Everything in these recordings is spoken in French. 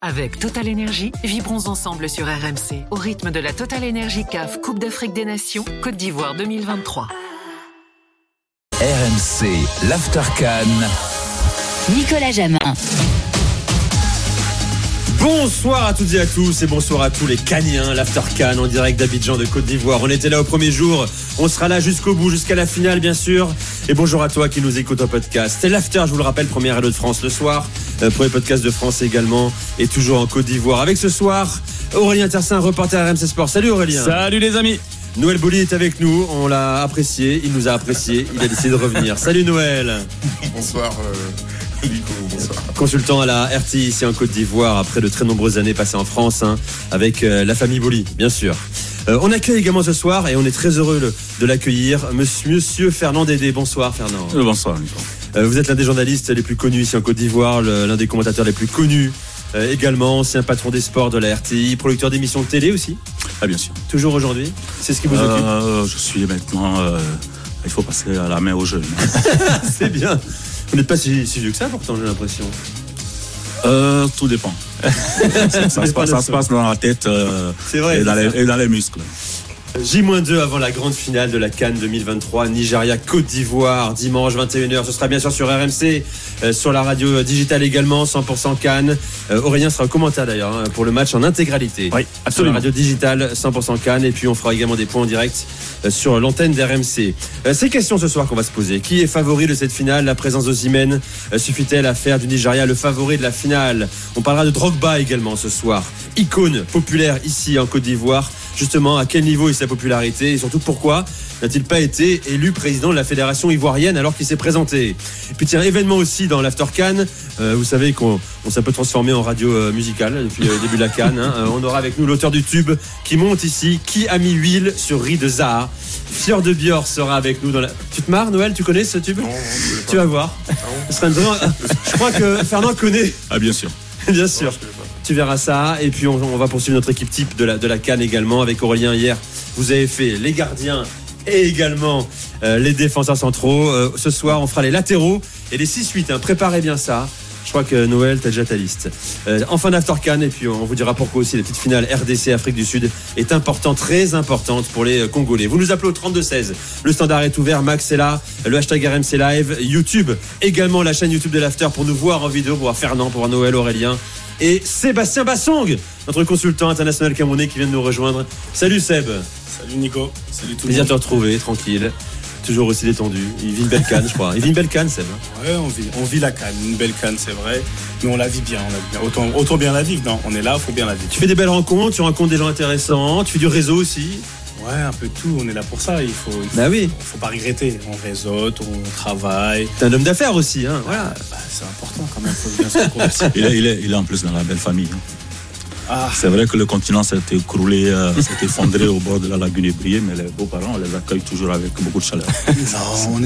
Avec Total Energy, vibrons ensemble sur RMC au rythme de la Total Energy CAF Coupe d'Afrique des Nations Côte d'Ivoire 2023. RMC, l'After CAN. Nicolas Jamin. Bonsoir à toutes et à tous et bonsoir à tous les Caniens, l'After CAN en direct d'Abidjan de Côte d'Ivoire. On était là au premier jour, on sera là jusqu'au bout, jusqu'à la finale bien sûr. Et bonjour à toi qui nous écoute en podcast. C'est l'After, je vous le rappelle, première radio de France le soir, premier podcast de France également et toujours en Côte d'Ivoire. Avec ce soir, Aurélien Tersin, reporter RMC Sport. Salut Aurélien. Salut les amis. Noël Boly est avec nous, on l'a apprécié, il nous a apprécié, il a décidé de revenir. Salut Noël. Bonsoir Nico, bonsoir. Consultant à la RTI ici en Côte d'Ivoire après de très nombreuses années passées en France avec la famille Boly, bien sûr. On accueille également ce soir et on est très heureux de l'accueillir, monsieur Fernand Dédé. Bonsoir Fernand. Bonsoir Nico. Vous êtes l'un des journalistes les plus connus ici en Côte d'Ivoire, l'un des commentateurs les plus connus. Également, ancien patron des sports de la RTI, producteur d'émissions de télé aussi. Ah bien sûr. Toujours aujourd'hui. C'est ce qui vous occupe. Je suis maintenant. Il faut passer à la main aux jeunes. C'est bien. Vous n'êtes pas si vieux que ça pourtant, j'ai l'impression. Tout dépend. ça se passe dans la tête c'est vrai, et dans les muscles. J-2 avant la grande finale de la CAN 2023, Nigeria-Côte d'Ivoire, dimanche 21h. Ce sera bien sûr sur RMC, sur la radio digitale également, 100% CAN. Aurélien sera au commentaire d'ailleurs pour le match en intégralité. Oui, absolument. Sur la radio digitale, 100% CAN. Et puis on fera également des points en direct sur l'antenne d'RMC. Ces questions ce soir qu'on va se poser. Qui est favori de cette finale? La présence d'Osimhen suffit-elle à faire du Nigeria le favori de la finale? On parlera de Drogba également ce soir. Icône populaire ici en Côte d'Ivoire. Justement, à quel niveau est sa popularité et surtout pourquoi n'a-t-il pas été élu président de la fédération ivoirienne alors qu'il s'est présenté? Et puis tiens, événement aussi dans l'After CAN. Vous savez qu'on s'est un peu transformé en radio musicale depuis le début de la CAN. On aura avec nous l'auteur du tube qui monte ici. Qui a mis huile sur riz de Zaha? Fjord de Björk sera avec nous dans la... Tu te marres Noël? Tu connais ce tube? Non, tu vas voir. Ce sera je crois que Fernand connaît. Ah bien sûr. Bien sûr. Tu verras ça. Et puis on va poursuivre notre équipe type de la CAN également avec Aurélien. Hier, vous avez fait les gardiens et également les défenseurs centraux. Ce soir, on fera les latéraux et les 6-8. Préparez bien ça. Je crois que Noël, t'as déjà ta liste. En fin d'After CAN, et puis on vous dira pourquoi aussi la petite finale RDC Afrique du Sud est importante, très importante pour les Congolais. Vous nous appelez au 32-16. Le standard est ouvert, Max est là, le hashtag RMC Live, YouTube, également la chaîne YouTube de l'After pour nous voir en vidéo, pour voir Fernand, pour voir Noël, Aurélien et Sébastien Bassong, notre consultant international camerounais qui vient de nous rejoindre. Salut Seb. Salut Nico. Salut tout le monde. Plaisir de te retrouver, tranquille. Toujours aussi détendu. Il vit une belle canne, je crois. Il vit une belle canne, Seb. Ouais, on vit la canne. Une belle canne, c'est vrai. Mais on la vit bien. Autant bien la vivre. Non, on est là, il faut bien la vivre. Tu fais des belles rencontres, tu rencontres des gens intéressants, tu fais du réseau aussi. Ouais, un peu de tout. On est là pour ça. Oui. Faut pas regretter. On réseaute, on travaille. T'es un homme d'affaires aussi, hein. Voilà. C'est important quand même. Faut bien se reconvertir. Il est en plus dans la belle famille. C'est vrai que le continent s'est écroulé, s'est effondré au bord de la lagune Ébriée, mais les beaux-parents, on les accueille toujours avec beaucoup de chaleur. Non,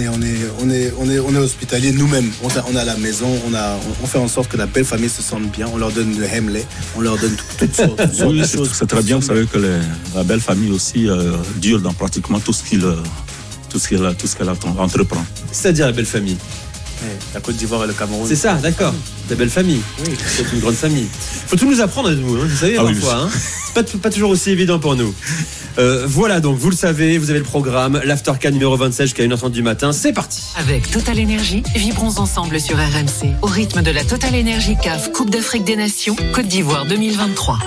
on est hospitaliers nous-mêmes. On est à la maison, on fait en sorte que la belle famille se sente bien. On leur donne le hemley, on leur donne toutes sortes oui, de choses. C'est très bien, vous savez que la belle famille aussi dure dans pratiquement tout ce qu'elle entreprend. C'est-à-dire la belle famille? La Côte d'Ivoire et le Cameroun. C'est ça, d'accord. La belle famille. Oui, c'est une grande famille. Faut tout nous apprendre à nous, vous savez, parfois. C'est pas toujours aussi évident pour nous. Voilà, donc vous le savez, vous avez le programme, l'After CAN numéro 26 jusqu'à 1h30 du matin. C'est parti. Avec Total Energy, vibrons ensemble sur RMC au rythme de la Total Energy CAF Coupe d'Afrique des Nations Côte d'Ivoire 2023.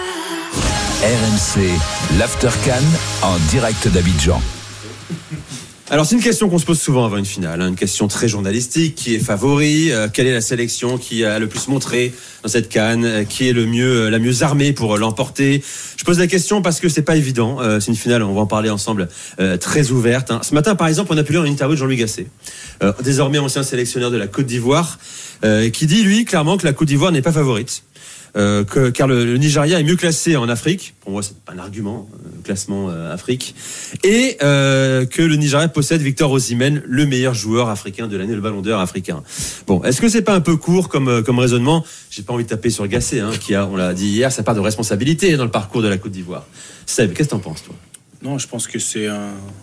RMC, l'After CAN en direct d'Abidjan. Alors c'est une question qu'on se pose souvent avant une finale, une question très journalistique. Qui est favori? Quelle est la sélection qui a le plus montré dans cette CAN? Qui est la mieux armée pour l'emporter? Je pose la question parce que c'est pas évident. C'est une finale, on va en parler ensemble, très ouverte. Ce matin, par exemple, on a pu lire une interview de Jean-Louis Gasset, désormais ancien sélectionneur de la Côte d'Ivoire, qui dit lui clairement que la Côte d'Ivoire n'est pas favorite. Car le Nigeria est mieux classé en Afrique. Pour moi, c'est pas un argument, classement Afrique. Et que le Nigeria possède Victor Osimhen, le meilleur joueur africain de l'année, le Ballon d'Or africain. Bon, est-ce que c'est pas un peu court comme raisonnement? J'ai pas envie de taper sur Gasset, qui a, on l'a dit hier, sa part de responsabilité dans le parcours de la Côte d'Ivoire. Seb, qu'est-ce que t'en penses, toi? Non, je pense que c'est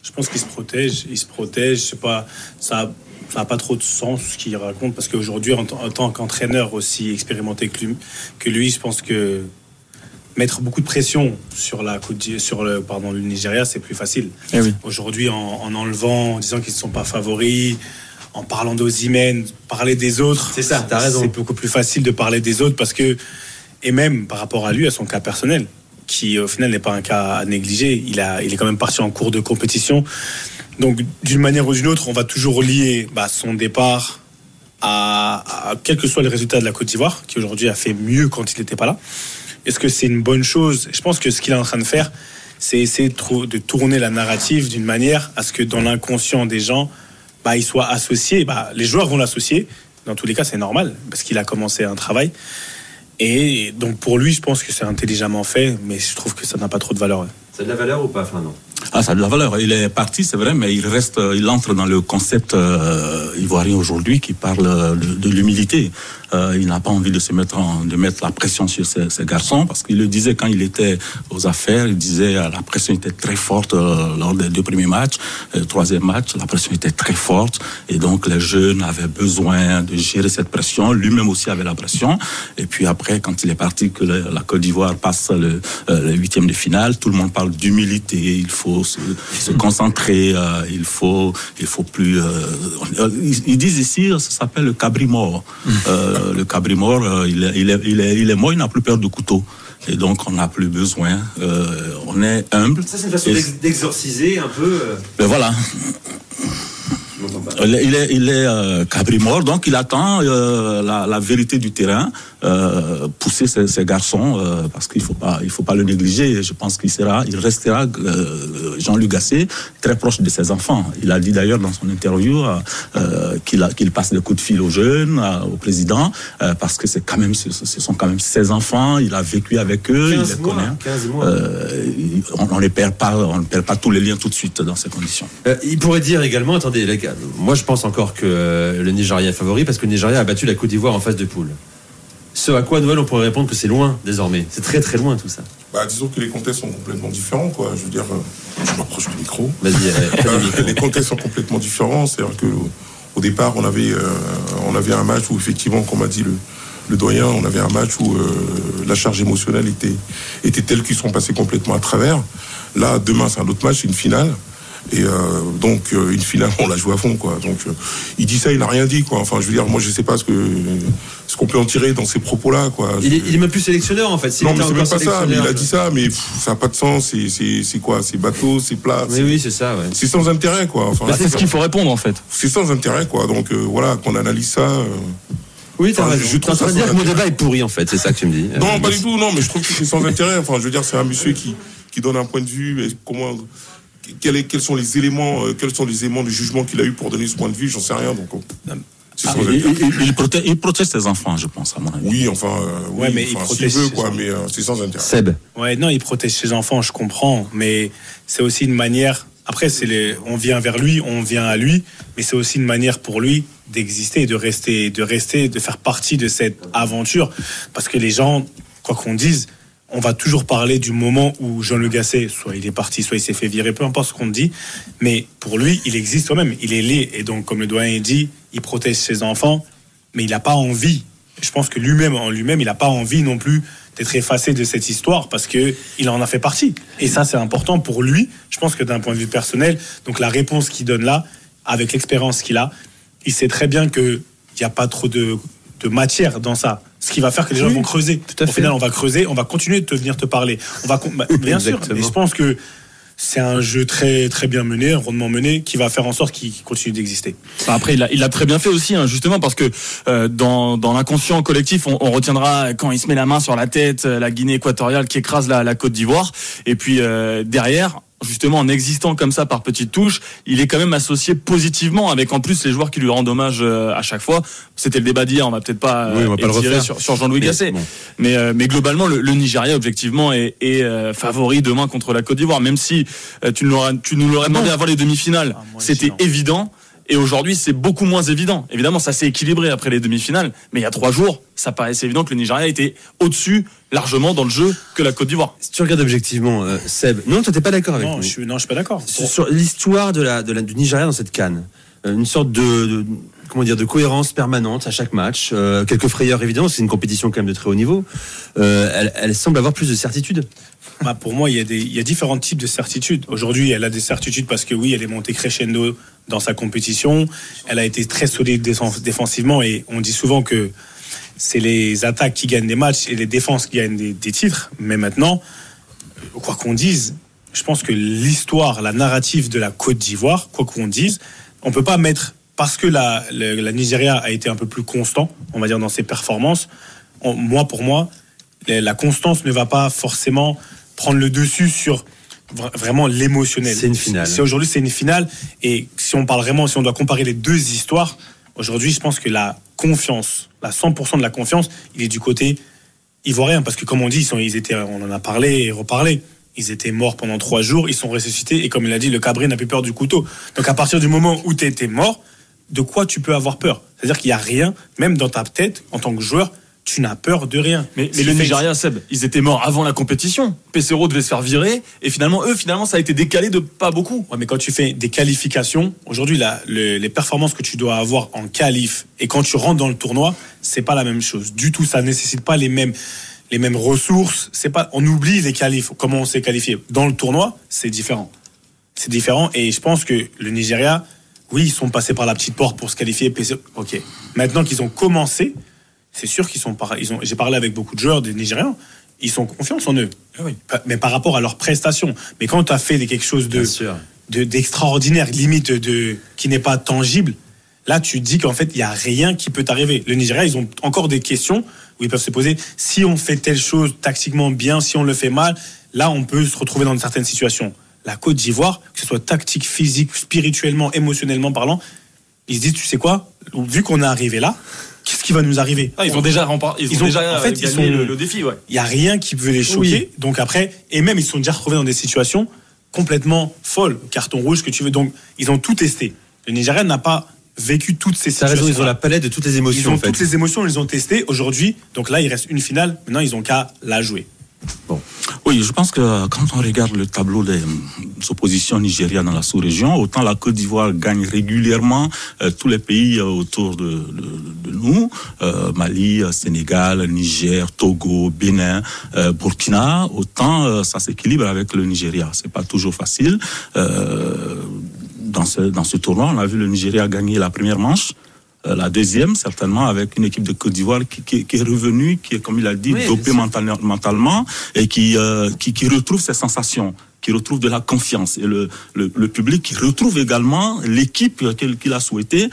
Je pense qu'il se protège. Je sais pas, ça n'a pas trop de sens ce qu'il raconte parce qu'aujourd'hui, en tant qu'entraîneur aussi expérimenté que lui, je pense que mettre beaucoup de pression sur le Nigeria, c'est plus facile. Eh oui. Aujourd'hui, en enlevant, en disant qu'ils ne sont pas favoris, en parlant d'Osimhen, parler des autres. C'est ça, t'as raison. C'est beaucoup plus facile de parler des autres parce que, et même par rapport à lui, à son cas personnel, qui au final n'est pas un cas à négliger, il est quand même parti en cours de compétition. Donc, d'une manière ou d'une autre, on va toujours lier son départ à quel que soit le résultat de la Côte d'Ivoire, qui aujourd'hui a fait mieux quand il n'était pas là. Est-ce que c'est une bonne chose ? Je pense que ce qu'il est en train de faire, c'est essayer de tourner la narrative d'une manière à ce que dans l'inconscient des gens, il soit associé. Les joueurs vont l'associer. Dans tous les cas, c'est normal, parce qu'il a commencé un travail. Et donc, pour lui, je pense que c'est intelligemment fait, mais je trouve que ça n'a pas trop de valeur. Ça a de la valeur ou pas, non ? Ça a de la valeur. Il est parti, c'est vrai, mais il entre dans le concept ivoirien aujourd'hui qui parle de l'humilité. Il n'a pas envie de mettre la pression sur ces garçons parce qu'il le disait quand il était aux affaires, il disait la pression était très forte lors des 2 premiers matchs, le 3e match, la pression était très forte et donc les jeunes avaient besoin de gérer cette pression. Lui-même aussi avait la pression. Et puis après, quand il est parti, que la Côte d'Ivoire passe le 8e de finale, tout le monde parle d'humilité. Il faut se concentrer. Il faut plus. Ils disent ici, ça s'appelle le cabri mort. Le cabri mort, il est mort, il n'a plus peur de couteau. Et donc, on n'a plus besoin. On est humble. Ça, c'est une façon d'exorciser un peu. Ben voilà. Il est cabri mort, donc il attend la vérité du terrain, pousser ces garçons, parce qu'il faut pas le négliger. Je pense qu'il restera Jean-Luc Gasset très proche de ses enfants. Il a dit d'ailleurs dans son interview qu'il passe des coups de fil aux jeunes, au président, parce que ce sont quand même ses enfants. Il a vécu avec eux, il les connaît. 15 mois. On ne perd pas tous les liens tout de suite dans ces conditions. Il pourrait dire également, attendez les gars, moi je pense encore que le Nigeria est favori parce que le Nigeria a battu la Côte d'Ivoire en phase de poule. Ce à quoi Noël on pourrait répondre que c'est loin désormais. C'est très très loin tout ça. Disons que les contextes sont complètement différents, quoi. Je veux dire, je m'approche du micro. Vas-y. Les contextes sont complètement différents. C'est-à-dire que au départ, on avait un match où effectivement, comme a dit le doyen, on avait un match où la charge émotionnelle était telle qu'ils sont passés complètement à travers. Là, demain, c'est un autre match, c'est une finale. Et donc une finale, on l'a joué à fond, quoi. Donc il dit ça, il n'a rien dit, quoi. Enfin, je veux dire, moi je sais pas ce qu'on peut en tirer dans ces propos-là, quoi. Il est même plus sélectionneur en fait. Non, mais c'est même pas ça. Mais il a dit ça, mais ça n'a pas de sens. C'est quoi ? C'est bateau, c'est plat. Mais oui, c'est ça. Ouais. C'est sans intérêt, quoi. Enfin, c'est ce qu'il faut répondre en fait. C'est sans intérêt, quoi. Donc voilà, qu'on analyse ça. Oui, t'as raison. T'es en train de dire que mon débat est pourri en fait, c'est ça que tu me dis. Non, pas du tout. Non, mais je trouve que c'est sans intérêt. Enfin, je veux dire, c'est un monsieur qui donne un point de vue. Et comment quels sont les éléments de jugement qu'il a eu pour donner ce point de vue, j'en sais rien. Donc, il protège ses enfants, je pense, à mon avis. Oui, enfin, mais il protège s'il veut, quoi, mais c'est sans intérêt. Seb. Ouais, non, il protège ses enfants, je comprends, mais c'est aussi une manière. Après, on vient vers lui, on vient à lui, mais c'est aussi une manière pour lui d'exister, de rester, de faire partie de cette aventure, parce que les gens, quoi qu'on dise, on va toujours parler du moment où Jean-Luc Gasset, soit il est parti, soit il s'est fait virer, peu importe ce qu'on dit, mais pour lui, il existe quand-même, il est lié. Et donc, comme le doyen dit, il protège ses enfants, mais il n'a pas envie. Je pense que lui-même, il n'a pas envie non plus d'être effacé de cette histoire parce qu'il en a fait partie. Et ça, c'est important pour lui. Je pense que d'un point de vue personnel, donc la réponse qu'il donne là, avec l'expérience qu'il a, il sait très bien qu'il n'y a pas trop de matière dans ça. Ce qui va faire que les gens vont creuser. Au final, on va creuser, on va continuer de venir te parler. Bien sûr, mais je pense que c'est un jeu très, très bien mené, rondement mené, qui va faire en sorte qu'il continue d'exister. Après, il l'a très bien fait aussi, justement, parce que dans l'inconscient collectif, on retiendra quand il se met la main sur la tête, la Guinée équatoriale qui écrase la Côte d'Ivoire. Et puis derrière, justement, en existant comme ça par petites touches, il est quand même associé positivement avec en plus les joueurs qui lui rendent hommage à chaque fois. C'était le débat d'hier, on va peut-être pas étirer sur Jean-Louis Gasset. Bon. Mais globalement, le Nigeria, objectivement, est favori demain contre la Côte d'Ivoire. Même si tu nous l'aurais demandé avant les demi-finales, c'était évident. Et aujourd'hui, c'est beaucoup moins évident. Évidemment, ça s'est équilibré après les demi-finales, mais il y a 3 jours, ça paraissait évident que le Nigeria était au-dessus, largement dans le jeu, que la Côte d'Ivoire. Si tu regardes objectivement, Seb, non, toi t'es pas d'accord avec Non, nous. je suis pas d'accord. Sur l'histoire du Nigeria dans cette CAN, une sorte de cohérence permanente à chaque match, quelques frayeurs évidemment, c'est une compétition quand même de très haut niveau. Elle semble avoir plus de certitude. Pour moi, il y a différents types de certitudes. Aujourd'hui, elle a des certitudes parce que oui, elle est montée crescendo dans sa compétition. Elle a été très solide défensivement et on dit souvent que c'est les attaques qui gagnent des matchs et les défenses qui gagnent des titres. Mais maintenant, quoi qu'on dise, je pense que l'histoire, la narrative de la Côte d'Ivoire, quoi qu'on dise, on peut pas mettre, parce que la Nigeria a été un peu plus constant, on va dire, dans ses performances. Pour moi, la constance ne va pas forcément prendre le dessus sur vraiment l'émotionnel. C'est une finale. Aujourd'hui, c'est une finale. Et si on doit comparer les deux histoires, aujourd'hui, je pense que la confiance, la 100% de la confiance, il est du côté ivoirien. Parce que comme on dit, on en a parlé et reparlé. Ils étaient morts pendant 3 jours, ils sont ressuscités. Et comme il a dit, le cabré n'a plus peur du couteau. Donc à partir du moment où tu étais mort, de quoi tu peux avoir peur? C'est-à-dire qu'il n'y a rien, même dans ta tête, en tant que joueur, tu n'as peur de rien. Mais le Nigeria, Seb, ils étaient morts avant la compétition. Pesero devait se faire virer. Et finalement, ça a été décalé de pas beaucoup. Ouais, mais quand tu fais des qualifications, aujourd'hui, les performances que tu dois avoir en qualif et quand tu rentres dans le tournoi, c'est pas la même chose. Du tout, ça nécessite pas les mêmes ressources. On oublie les qualifs. Comment on s'est qualifié dans le tournoi, c'est différent. C'est différent. Et je pense que le Nigeria, oui, ils sont passés par la petite porte pour se qualifier. Ok. Maintenant qu'ils ont commencé, c'est sûr j'ai parlé avec beaucoup de joueurs des Nigérians, ils sont confiance en eux. Oui. Mais par rapport à leurs prestations. Mais quand tu as fait quelque chose d'extraordinaire, limite qui n'est pas tangible, là tu te dis qu'en fait il n'y a rien qui peut t'arriver. Le Nigeria, ils ont encore des questions où ils peuvent se poser, si on fait telle chose tactiquement bien, si on le fait mal, là on peut se retrouver dans certaines situations. La Côte d'Ivoire, que ce soit tactique, physique, spirituellement, émotionnellement parlant, ils se disent, tu sais quoi, vu qu'on est arrivé là, qu'est-ce qui va nous arriver? Ils ont déjà gagné le défi. Ouais. Il n'y a rien qui peut les choquer. Oui. Donc après, et même ils se sont déjà retrouvés dans des situations complètement folles, carton rouge, que tu veux. Donc ils ont tout testé. Le Nigeria n'a pas vécu toutes ces situations. T'as raison, ils ont la palette de toutes les émotions. Toutes les émotions, ils les ont testées. Aujourd'hui, donc là, il reste une finale. Maintenant, ils ont qu'à la jouer. Bon. Oui, je pense que quand on regarde le tableau des oppositions nigériennes dans la sous-région, autant la Côte d'Ivoire gagne régulièrement tous les pays autour de nous, Mali, Sénégal, Niger, Togo, Bénin, Burkina, autant ça s'équilibre avec le Nigeria. C'est pas toujours facile. Dans ce tournoi, on a vu le Nigeria gagner la première manche. La deuxième, certainement, avec une équipe de Côte d'Ivoire qui est revenue, qui est, comme il a dit, dopée mentalement et qui retrouve ses sensations, qui retrouve de la confiance. Et le public qui retrouve également l'équipe qu'il a souhaité.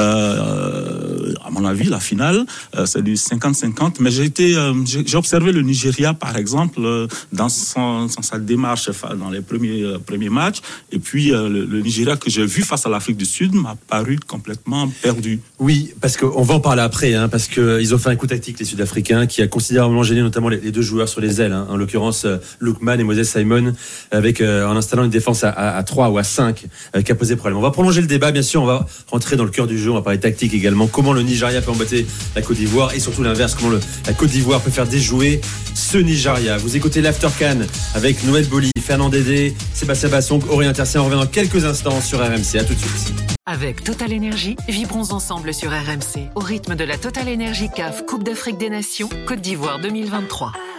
À mon avis, la finale, c'est du 50-50. Mais j'ai observé le Nigeria, par exemple, dans sa démarche dans les premiers matchs. Et puis, le Nigeria que j'ai vu face à l'Afrique du Sud m'a paru complètement perdu. Oui, parce qu'on va en parler après, parce qu'ils ont fait un coup tactique, les Sud-Africains, qui a considérablement gêné notamment les 2 joueurs sur les ailes, en l'occurrence Lookman et Moses Simon, en installant une défense à 3 ou à 5 qui a posé problème. On va prolonger le débat, bien sûr, on va rentrer dans le cœur du jeu, on va parler tactique également, comment le Nigeria peut embêter la Côte d'Ivoire et surtout l'inverse, comment la Côte d'Ivoire peut faire déjouer ce Nigeria. Vous écoutez l'After CAN avec Noël Boli, Fernand Dédé, Sébastien Bassong, Aurélien Tercien. On revient dans quelques instants sur RMC. À tout de suite. Avec Total Énergie, vibrons ensemble sur RMC au rythme de la Total Énergie CAF Coupe d'Afrique des Nations Côte d'Ivoire 2023.